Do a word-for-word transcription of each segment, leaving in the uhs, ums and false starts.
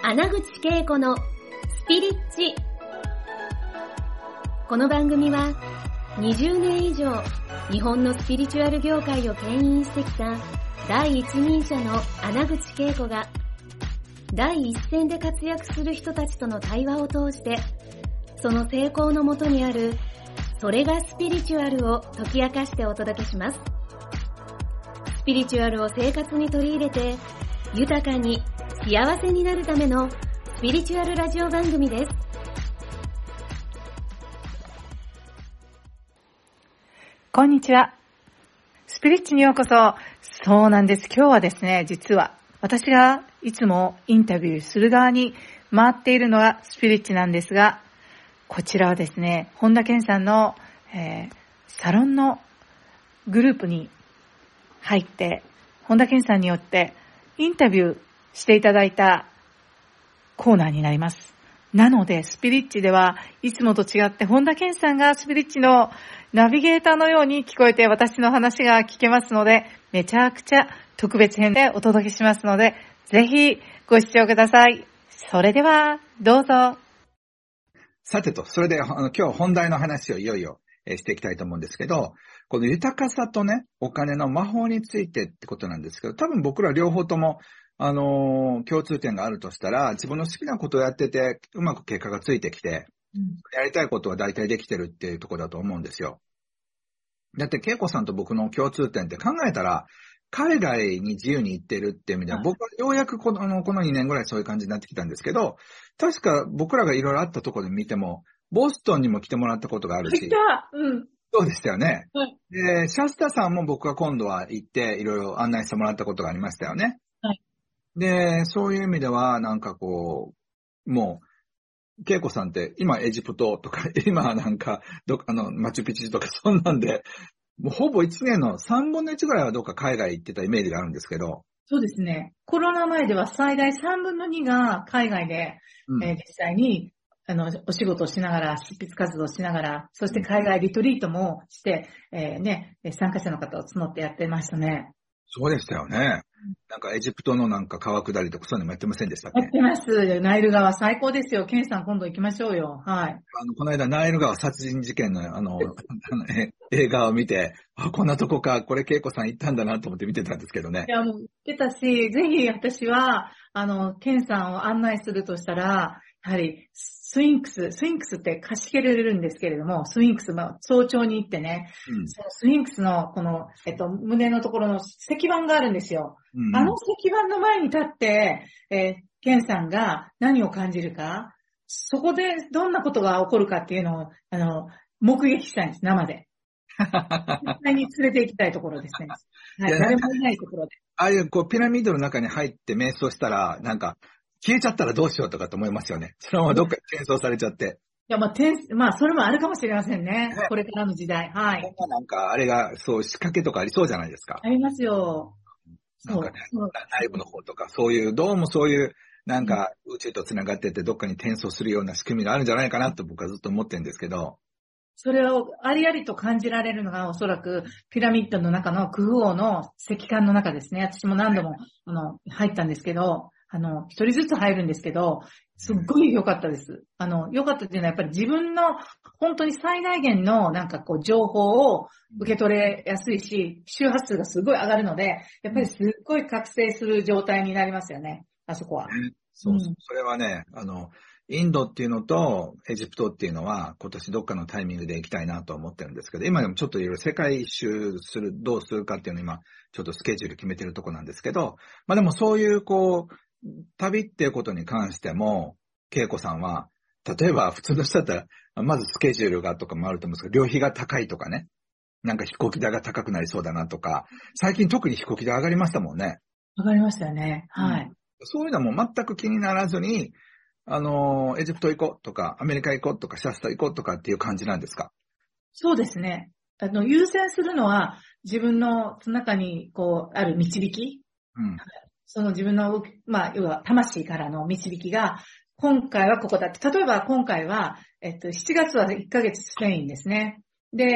穴口恵子のスピリッチ。この番組はにじゅうねん以上日本のスピリチュアル業界を牽引してきた第一人者の穴口恵子が第一線で活躍する人たちとの対話を通してその成功のもとにあるそれがスピリチュアルを解き明かしてお届けします。スピリチュアルを生活に取り入れて豊かに幸せになるためのスピリチュアルラジオ番組です。 こんにちは。スピリッチにようこそ。そうなんです。今日はですね、実は私がいつもインタビューする側に回っているのはスピリッチなんですが、こちらはですね、本田健さんの、えー、サロンのグループに入って、本田健さんによってインタビューしていただいたコーナーになります。なので、スピリッチではいつもと違って、本田健さんがスピリッチのナビゲーターのように聞こえて私の話が聞けますので、めちゃくちゃ特別編でお届けしますので、ぜひご視聴ください。それでは、どうぞ。 さてと、それであの今日本題の話をいよいよ、えー、していきたいと思うんですけど、この豊かさとね、お金の魔法についてってことなんですけど、多分僕ら両方ともあのー、共通点があるとしたら、自分の好きなことをやってて、うまく結果がついてきて、うん、やりたいことは大体できてるっていうところだと思うんですよ。だって、恵子さんと僕の共通点って考えたら、海外に自由に行ってるっていう意味では、はい、僕はようやくこの、あの、このにねんぐらいそういう感じになってきたんですけど、確か僕らがいろいろあったところで見ても、ボストンにも来てもらったことがあるし、 うん、 そうでしたよね。 はい、 で、シャスタさんも僕が今度は行って、いろいろ案内してもらったことがありましたよね。 はいで、そういう意味では、なんかこう、もう、恵子さんって今エジプトとか、今なんか、どあの、マチュピチュとかそんなんで、もうほぼいちねんのさんぶんのいちぐらいはどっか海外行ってたイメージがあるんですけど。 そうですね。コロナ前では最大さんぶんのにが海外で、うんえー、実際にあのお仕事をしながら、執筆活動をしながら、そして海外リトリートもして、えー、ね、参加者の方を募ってやってましたね。 そうでしたよね。なんかエジプトのなんか川下りとかそういうのもやってませんでしたっけ？ やってます。ナイル川最高ですよ。ケンさん今度行きましょうよ。はい。 あの、この間ナイル川殺人事件のあの、映画を見て、あ、こんなとこか、これ恵子さん行ったんだなと思って見てたんですけどね。 いや、もう行ってたし、ぜひ私は、あの、ケンさんを案内するとしたら、やはり、スフィンクス、スフィンクスって貸し切れるんですけれども、スフィンクスの早朝に行ってね、うん、そのスフィンクスのこの、えっと、胸のところの石板があるんですよ。うん、あの石板の前に立って、えー、ケンさんが何を感じるか、そこでどんなことが起こるかっていうのを、あの、目撃したいんです、生で。実際に連れて行きたいところですね。はい、誰もいないところで。 ああいうこうピラミッドの中に入って瞑想したら、なんか、消えちゃったらどうしようとかと思いますよね。そのままどっかに転送されちゃって。 いや、まあ、転、まあ、それもあるかもしれませんね。ねこれからの時代。はい。 なんか、あれが、そう、仕掛けとかありそうじゃないですか。 ありますよ。 なんかね、内部の方とか、そういう、どうもそういう、なんか、宇宙と繋がってて、どっかに転送するような仕組みがあるんじゃないかなと僕はずっと思ってるんですけど。 それをありありと感じられるのがおそらくピラミッドの中のクフ王の石棺の中ですね。私も何度もあの入ったんですけど、あの、一人ずつ入るんですけど、すっごい良かったです。あの、良かったっていうのはやっぱり自分の本当に最大限のなんかこう情報を受け取れやすいし、周波数がすごい上がるので、やっぱりすっごい覚醒する状態になりますよね。あそこは。 そうそう。それはね、あの、インドっていうのとエジプトっていうのは今年どっかのタイミングで行きたいなと思ってるんですけど、今でもちょっといろいろ世界一周する、どうするかっていうのを今ちょっとスケジュール決めてるとこなんですけど、まあでもそういうこう、旅っていうことに関しても、恵子さんは、例えば普通の人だったら、まずスケジュールがとかもあると思うんですけど、旅費が高いとかね、なんか飛行機代が高くなりそうだなとか、最近特に飛行機代上がりましたもんね。 上がりましたよね。はい。うん、 そういうのも全く気にならずに、あの、エジプト行こうとか、アメリカ行こうとか、シャスタ行こうとかっていう感じなんですか？ そうですね。あの、優先するのは自分の中にこう、ある導き。うん、その自分の、まあ、要は魂からの導きが、今回はここだって。例えば今回は、えっと、しちがつはいっかげつスペインですね。で、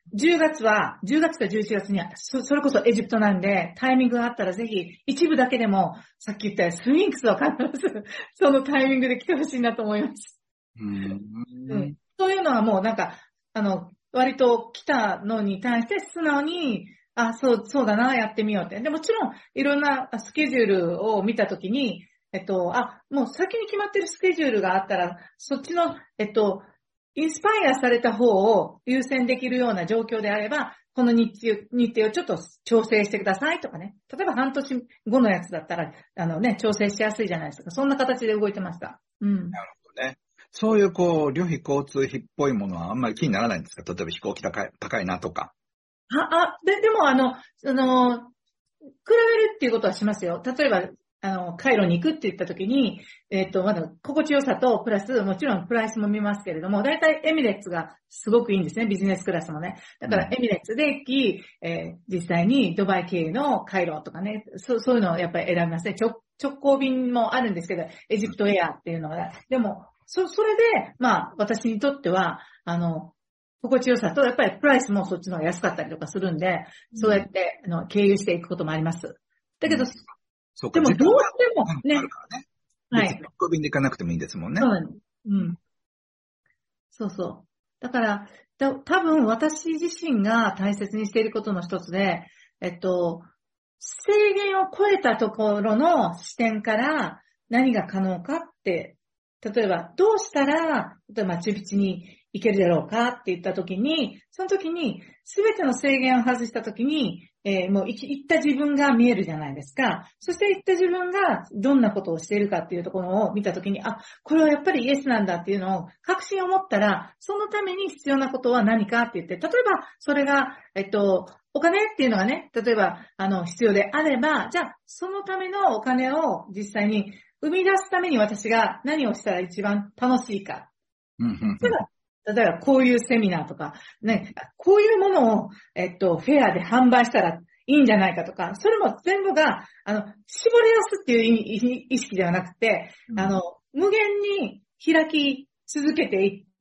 じゅうがつは、じゅうがつかじゅういちがつには、そ、それこそエジプトなんで、タイミングがあったらぜひ、一部だけでも、さっき言ったスフィンクスを必ず、そのタイミングで来てほしいなと思います。 うん。 うん。そういうのはもうなんか、あの、割と来たのに対して素直に、あ、そう、そうだな、やってみようって。で、もちろん、いろんなスケジュールを見たときに、えっと、あ、もう先に決まってるスケジュールがあったら、そっちの、えっと、インスパイアされた方を優先できるような状況であれば、この日程、日程をちょっと調整してくださいとかね。例えば半年後のやつだったら、あのね、調整しやすいじゃないですか。そんな形で動いてました。うん。 なるほどね。そういうこう、旅費交通費っぽいものはあんまり気にならないんですか？例えば飛行機高い、高いなとか。 あ、あ、で、でもあの、あの、比べるっていうことはしますよ。例えば、あの、カイロに行くって言ったときに、えっと、まだ心地よさと、プラス、もちろんプライスも見ますけれども、だいたいエミレッツがすごくいいんですね、ビジネスクラスもね。だから、エミレッツで行き、えー、実際にドバイ経由のカイロとかね、そう、そういうのをやっぱり選びますね。直、直行便もあるんですけど、エジプトエアっていうのは、でも、そ、それで、まあ、私にとっては、あの、心地よさと、やっぱりプライスもそっちの方が安かったりとかするんで、そうやって、あの、経由していくこともあります。だけど、うんそうか、 でもどうしてもね、 ね。 はい。 直行便で行かなくてもいいんですもんね。 そうなんです。うん。そうそう。だから、た多分私自身が大切にしていることの一つで、えっと、制限を超えたところの視点から何が可能かって、例えばどうしたら、例えばマチュピチュに行けるだろうかって言ったときに、その時に全ての制限を外したときに、えー、もう行った自分が見えるじゃないですか。そして行った自分がどんなことをしているかっていうところを見たときに、あ、これはやっぱりイエスなんだっていうのを確信を持ったら、そのために必要なことは何かって言って、例えばそれが、えっと、お金っていうのがね、例えば、あの、必要であれば、じゃあ、そのためのお金を実際に生み出すために私が何をしたら一番楽しいか。 うんうんうん、 例えば、こういうセミナーとか、ね、こういうものを、えっと、フェアで販売したらいいんじゃないかとか、それも全部が、あの、絞り出すっていう意識ではなくて、うん、あの、無限に開き続けていって、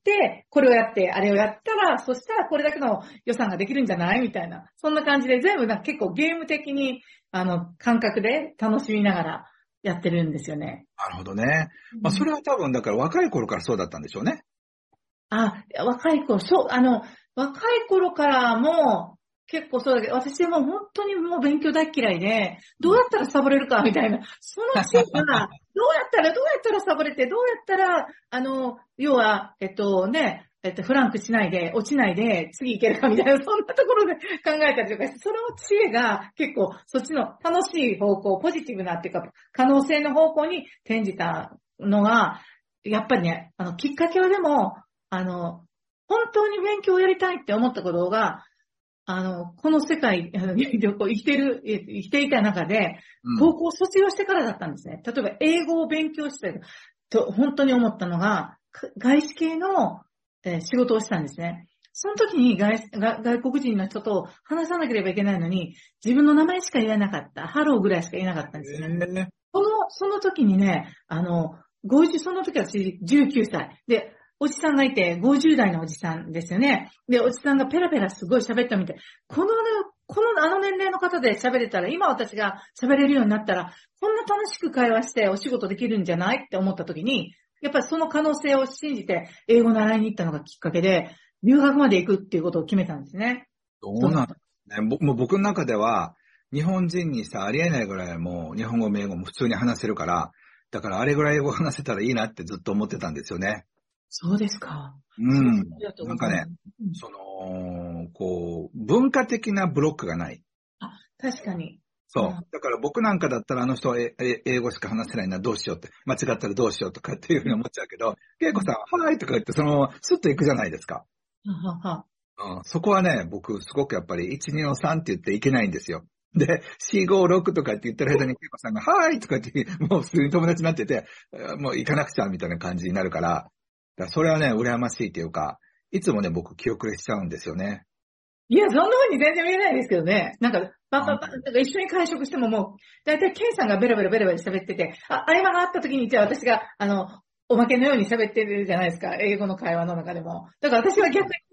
これをやって、あれをやったら、そしたらこれだけの予算ができるんじゃないみたいな。そんな感じで全部なんか結構ゲーム的に、あの、感覚で楽しみながらやってるんですよね。 なるほどね。まあ、それは多分、だから若い頃からそうだったんでしょうね。 あ、若い頃、そう、あの、若い頃からも、結構そうだけど、私も本当にもう勉強大嫌いで、どうやったらサボれるかみたいな、そのチームが、どうやったら、どうやったらサボれて、どうやったら、あの、要は、えっとね、えっと、フランクしないで、落ちないで、次行けるかみたいな、そんなところで考えたりとかして、その知恵が結構、そっちの楽しい方向、ポジティブなっていうか、可能性の方向に転じたのが、やっぱりね、あの、きっかけはでも、あの、本当に勉強をやりたいって思ったことが、あの、この世界、あの生きてる、生きていた中で、高校を卒業してからだったんですね。うん、例えば、英語を勉強してると、本当に思ったのが、外資系の、えー、仕事をしたんですね。その時に外、外国人の人と話さなければいけないのに、自分の名前しか言えなかった。ハローぐらいしか言えなかったんですね。その、その時にね、あの、ごじゅう、その時はじゅうきゅうさい。で、おじさんがいて、ごじゅう代のおじさんですよね。で、おじさんがペラペラすごい喋ったみたい。この、このあの年齢の方で喋れたら、今私が喋れるようになったら、こんな楽しく会話してお仕事できるんじゃないって思った時に、やっぱりその可能性を信じて、英語を習いに行ったのがきっかけで、留学まで行くっていうことを決めたんですね。 そうなんですね。もう僕の中では、日本人にさ、ありえないぐらいもう日本語も英語も普通に話せるから、だからあれぐらい英語話せたらいいなってずっと思ってたんですよね。 そうですか。 うん。なんかね、うん、その、こう、文化的なブロックがない。 あ、確かに。 そう。うん、だから僕なんかだったらあの人は英語しか話せないな、どうしようって。間違ったらどうしようとかっていうふうに思っちゃうけど、恵子さんは、はいとか言って、その、スッと行くじゃないですか。 ははうん、そこはね、僕、すごくやっぱり、いち、にのさんって言っていけないんですよ。で、よん、ご、ろくとかって言ってる間に、恵子さんが、はいとかって、もう普通に友達になってて、もう行かなくちゃみたいな感じになるから、だからそれはね、羨ましいっていうか、いつもね、僕、気遅れしちゃうんですよね。 いや、そんな風に全然見えないですけどね。なんか、パパパなんか一緒に会食してももう、だいたいケンさんがベラベラベラベラ喋ってて、あ、合間があった時に、じゃあ私が、あの、おまけのように喋ってるじゃないですか。英語の会話の中でも。だから私は逆に、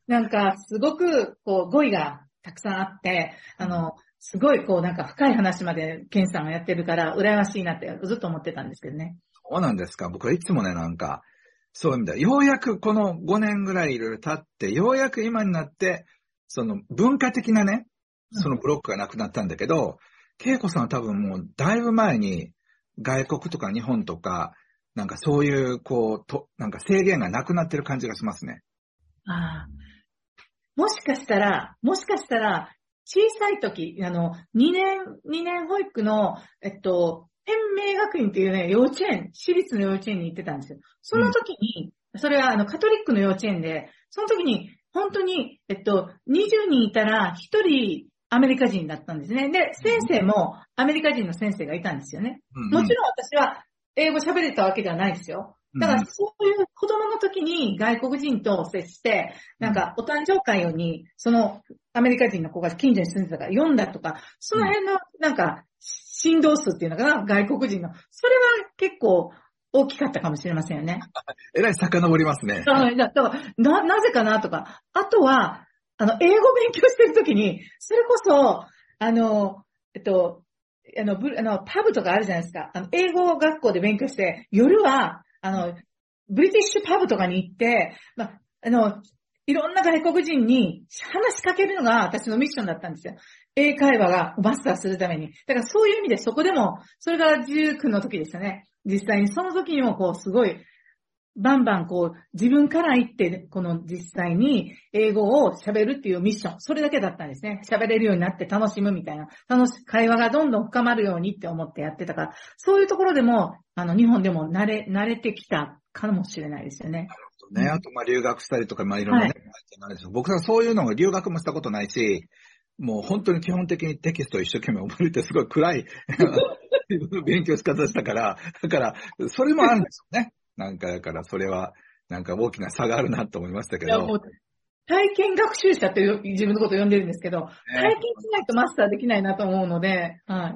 なんか、すごく、こう、語彙がたくさんあって、あの、すごい、こう、なんか深い話まで、ケンさんがやってるから、羨ましいなってずっと思ってたんですけどね。 そうなんですか。僕はいつもね、なんか、そういう意味で、ようやくこのごねんぐらいいろいろ経って、ようやく今になって、その文化的なね、そのブロックがなくなったんだけど、恵子さんは多分もうだいぶ前に外国とか日本とか、なんかそういう、こう、と、なんか制限がなくなってる感じがしますね。 ああ。もしかしたら、もしかしたら、小さい時、あの、にねん、にねん保育の、えっと、天明学院っていうね、幼稚園、私立の幼稚園に行ってたんですよ。その時に、うん、それはあの、カトリックの幼稚園で、その時に、本当に、えっと、にじゅうにんいたら、ひとりアメリカ人だったんですね。で、先生もアメリカ人の先生がいたんですよね。うん、もちろん私は英語喋れたわけではないですよ。だからそういう子供の時に外国人と接して、なんかお誕生会に、そのアメリカ人の子が近所に住んでたから読んだとか、その辺のなんか振動数っていうのかな、外国人の。それは結構大きかったかもしれませんよね。 えらい遡りますね。 だからな、なぜかなとか。あとは、あの、英語勉強してる時に、それこそ、あの、えっと、あの、ブあのパブとかあるじゃないですか。あの、英語学校で勉強して、夜は、あの、ブリティッシュパブとかに行って、まあ、あの、いろんな外国人に話しかけるのが私のミッションだったんですよ。英会話がマスターするために。だからそういう意味でそこでも、それがじゅうきゅうの時でしたね。実際にその時にもこう、すごい、バンバンこう、自分から言って、この実際に英語を喋るっていうミッション。それだけだったんですね。喋れるようになって楽しむみたいな。楽し、会話がどんどん深まるようにって思ってやってたから、そういうところでも、あの、日本でも慣れ、慣れてきたかもしれないですよね。 なるほどね。あと、まあ、留学したりとか、まあ、いろんなね、はい、僕はそういうのが留学もしたことないし、もう本当に基本的にテキストを一生懸命覚えてすごい暗い勉強し方したから、だから、それもあるんですよね。なんか、だからそれは、なんか大きな差があるなと思いましたけど。いやもう体験学習者って自分のことを呼んでるんですけど、体験しないとマスターできないなと思うので、はい。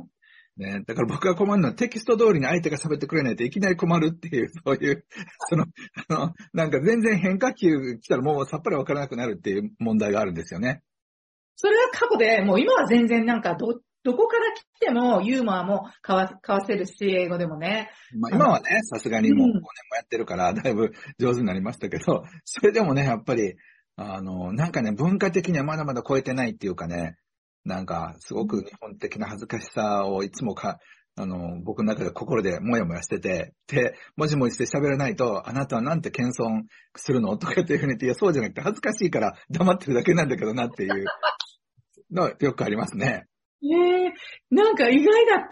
ね、だから僕が困るのはテキスト通りに相手が喋ってくれないといきなり困るっていう、そういう、その、あの、なんか全然変化球来たらもうさっぱりわからなくなるっていう問題があるんですよね。 それは過去で、もう今は全然なんかど、どこから来てもユーモアも交わ、交わせるし、英語でもね。 まあ今はね、さすがにもうごねんもやってるから、だいぶ上手になりましたけど、それでもね、やっぱり、あの、なんかね、文化的にはまだまだ超えてないっていうかね、なんか、すごく日本的な恥ずかしさをいつもか、あの、僕の中で心でもやもやしてて、で、もじもじして喋らないと、あなたはなんて謙遜するのとかっていうふうに言って、いや、そうじゃなくて恥ずかしいから黙ってるだけなんだけどなっていうのよくありますね。 ええー、なんか意外だった。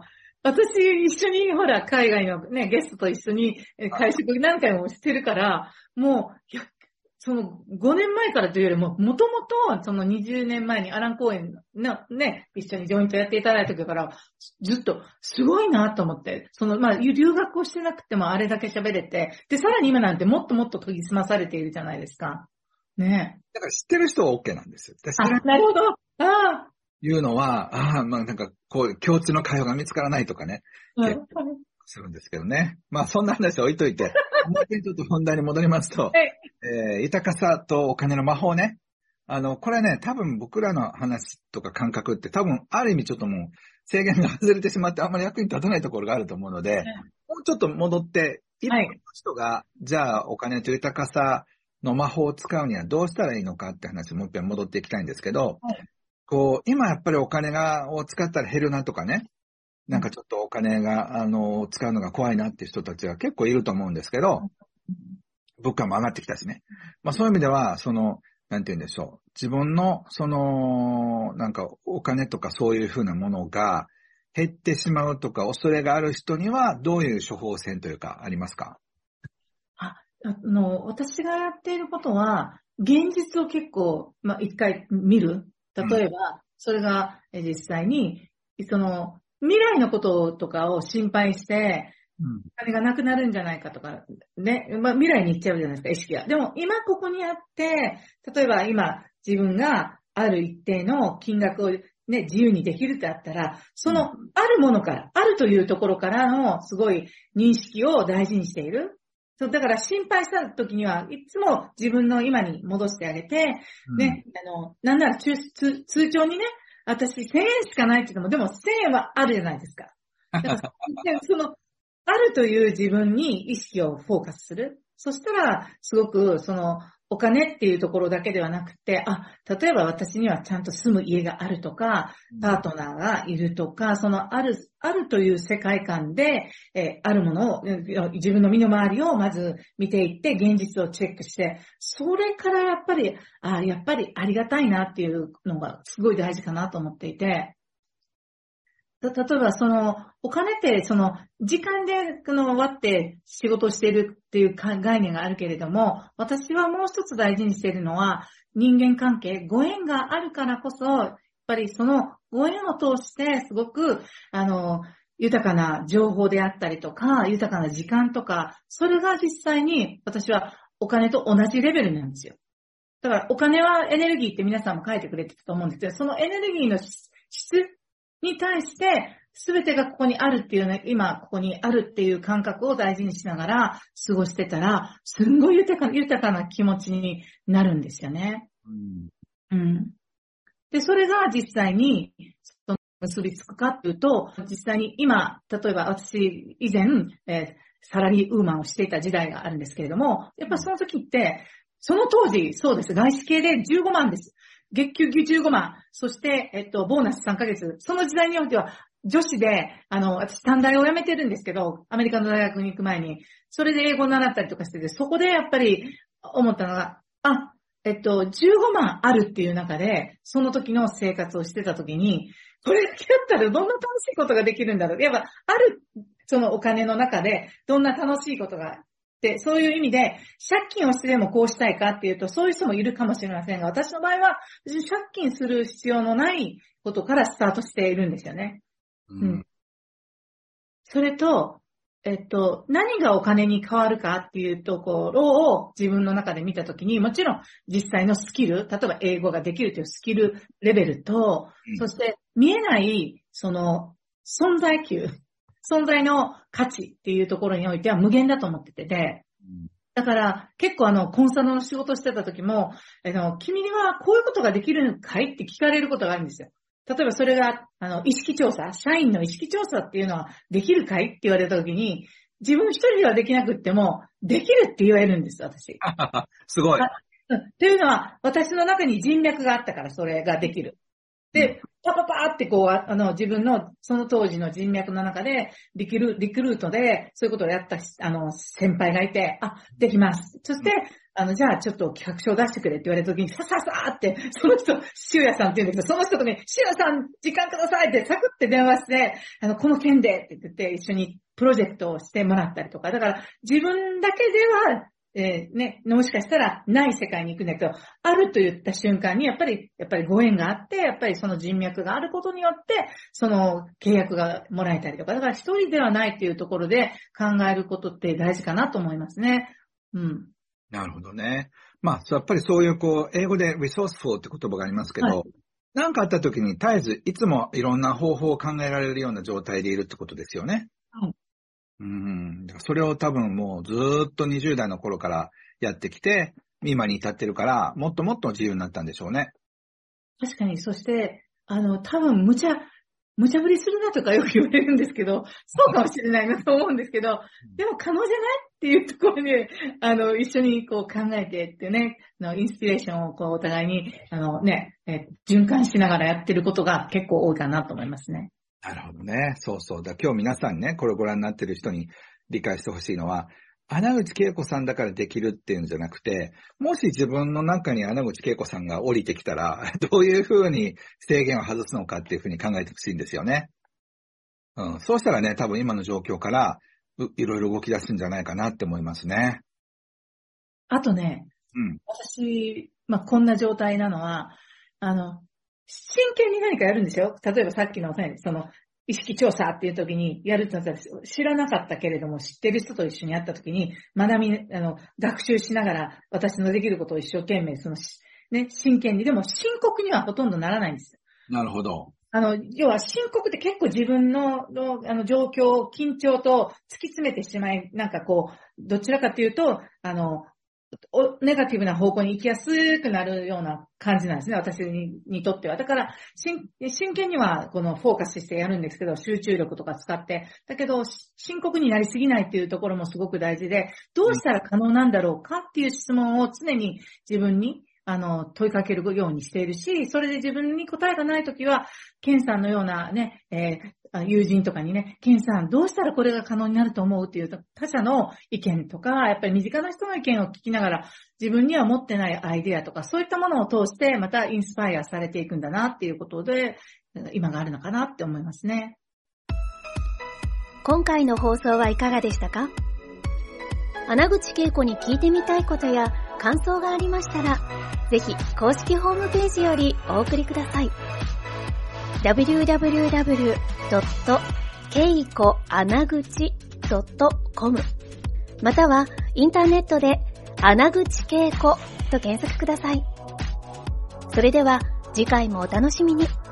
私一緒にほら海外のね、ゲストと一緒に会食何回もしてるから、もう、いや、そのごねんまえからというよりも、もともとそのにじゅうねんまえにアラン公演のね、一緒にジョイントやっていただいた時から、ずっとすごいなと思って、そのまあ留学をしてなくてもあれだけ喋れて、で、さらに今なんてもっともっと研ぎ澄まされているじゃないですか。ね。 だから知ってる人は OK なんですよ。 あ、なるほど。ああ。 いうのは、ああ、まあなんか、こう、共通の会話が見つからないとかね。 うん、 するんですけどね。まあそんな話は置いといて、もうちょっと本題に戻りますと、はい、えー、豊かさとお金の魔法ね。あの、これね、多分僕らの話とか感覚って多分ある意味ちょっともう制限が外れてしまってあんまり役に立たないところがあると思うので、はい、もうちょっと戻って、一般の人が、はい、じゃあお金と豊かさの魔法を使うにはどうしたらいいのかって話もう一遍戻っていきたいんですけど、はい、こう、今やっぱりお金が、を使ったら減るなとかね、なんかちょっとお金が、あの、使うのが怖いなっていう人たちが結構いると思うんですけど、物価も上がってきたしね。まあそういう意味では、その、なんて言うんでしょう。自分の、その、なんかお金とかそういうふうなものが減ってしまうとか恐れがある人にはどういう処方箋というかありますか？ あ、あの、私がやっていることは、現実を結構、まあ一回見る。例えば、うん、それが実際に、その、未来のこととかを心配して、お金がなくなるんじゃないかとか、ね、まあ未来に行っちゃうじゃないですか、意識が。でも今ここにあって、例えば今自分がある一定の金額をね、自由にできるってあったら、そのあるものから、あるというところからのすごい認識を大事にしている。 そう、だから心配した時には、いつも自分の今に戻してあげて、うん、ね、あの、なんなら通、通、通帳にね、私せんえんしかないって言っても、でもせんえんはあるじゃないですか。だからその、あるという自分に意識をフォーカスする。そしたら、すごく、その、お金っていうところだけではなくて、あ、例えば私にはちゃんと住む家があるとか、パートナーがいるとか、そのある、あるという世界観で、えー、あるものを、自分の身の回りをまず見ていって、現実をチェックして、それからやっぱり、あ、やっぱりありがたいなっていうのがすごい大事かなと思っていて、例えば、その、お金って、その、時間で、この、割って仕事をしているっていう概念があるけれども、私はもう一つ大事にしているのは、人間関係、ご縁があるからこそ、やっぱりそのご縁を通して、すごく、あの、豊かな情報であったりとか、豊かな時間とか、それが実際に、私はお金と同じレベルなんですよ。だから、お金はエネルギーって皆さんも書いてくれてたと思うんですけど、そのエネルギーの質、に対して、すべてがここにあるっていうね、今ここにあるっていう感覚を大事にしながら過ごしてたら、すんごい豊かな、豊かな気持ちになるんですよね。うん。うん。で、それが実際に結びつくかっていうと、実際に今、例えば私以前、えー、サラリーウーマンをしていた時代があるんですけれども、やっぱその時って、その当時、そうです、外資系でじゅうごまんです。月給じゅうごまん。そして、えっと、ボーナスさんかげつ。その時代においては、女子で、あの、私短大を辞めてるんですけど、アメリカの大学に行く前に、それで英語を習ったりとかしてて、そこでやっぱり思ったのが、あ、えっと、じゅうごまんあるっていう中で、その時の生活をしてた時に、これだけだったらどんな楽しいことができるんだろう。やっぱ、ある、そのお金の中で、どんな楽しいことがで、そういう意味で、借金をしてでもこうしたいかっていうと、そういう人もいるかもしれませんが、私の場合は、借金する必要のないことからスタートしているんですよね。うん。うん、それと、えっと、何がお金に変わるかっていうところを自分の中で見たときに、もちろん実際のスキル、例えば英語ができるというスキルレベルと、うん、そして見えない、その、存在級、存在の価値っていうところにおいては無限だと思ってて、で、だから結構あのコンサルの仕事してた時も、あの、君にはこういうことができるのかいって聞かれることがあるんですよ。例えばそれが、あの、意識調査、社員の意識調査っていうのはできるかいって言われた時に、自分一人ではできなくっても、できるって言われるんです、私。 すごい。 っていうのは、私の中に人脈があったからそれができる。で、パパパーってこう、あの、自分の、その当時の人脈の中で、リクル、リクルートで、そういうことをやった、あの、先輩がいて、あ、できます。そして、あの、じゃあちょっと企画書を出してくれって言われた時に、さささーって、その人、シュウヤさんって言うんだけど、その人とに、シュウヤさん、時間くださいって、サクって電話して、あの、この件でって言って、一緒にプロジェクトをしてもらったりとか、だから、自分だけでは、えー、ね、もしかしたらない世界に行くんだけど、あると言った瞬間に、やっぱり、やっぱりご縁があって、やっぱりその人脈があることによって、その契約がもらえたりとか、だから一人ではないっていうところで考えることって大事かなと思いますね。うん。 なるほどね。まあ、やっぱりそういうこう、英語で resourceful って言葉がありますけど、はい、何かあった時に絶えずいつもいろんな方法を考えられるような状態でいるってことですよね。 はい。 うん。それを多分もうずーっとにじゅう代の頃からやってきて、今に至ってるから、もっともっと自由になったんでしょうね。 確かに、そして、あの、多分無茶、無茶ぶりするなとかよく言われるんですけど、そうかもしれないなと思うんですけど、でも可能じゃないっていうところで、あの、一緒にこう考えてってね、のインスピレーションをこうお互いに、あのね、え循環しながらやってることが結構多いかなと思いますね。 なるほどね。そうそう。だ今日皆さんね、これをご覧になってる人に理解してほしいのは、穴口恵子さんだからできるっていうんじゃなくて、もし自分の中に穴口恵子さんが降りてきたら、どういうふうに制限を外すのかっていうふうに考えてほしいんですよね。うん。そうしたらね、多分今の状況からいろいろ動き出すんじゃないかなって思いますね。 あとね、 うん。 私、まあ、こんな状態なのは、あの、真剣に何かやるんですよ。例えばさっきのね、その、意識調査っていう時にやると知らなかったけれども知ってる人と一緒にやった時に学び、あの、学習しながら私のできることを一生懸命その、ね、真剣に、でも深刻にはほとんどならないんですよ。 なるほど。 あの、要は深刻って結構自分の、のあの状況、緊張と突き詰めてしまい、なんかこう、どちらかというと、あの、ネガティブな方向に行きやすくなるような感じなんですね、私 に, にとっては。だから、真剣にはこのフォーカスしてやるんですけど、集中力とか使って。だけど、深刻になりすぎないっていうところもすごく大事で、どうしたら可能なんだろうかっていう質問を常に自分にあの、問いかけるようにしているし、それで自分に答えがないときは、ケンさんのようなね、えー、友人とかにね、ケンさんどうしたらこれが可能になると思うっていう他者の意見とか、やっぱり身近な人の意見を聞きながら、自分には持ってないアイデアとか、そういったものを通して、またインスパイアされていくんだなっていうことで、今があるのかなって思いますね。 今回の放送はいかがでしたか？穴口恵子に聞いてみたいことや感想がありましたら、ぜひ公式ホームページよりお送りください。ダブリューダブリューダブリュードットケイコアナグチドットコム またはインターネットで穴口恵子と検索ください。それでは次回もお楽しみに。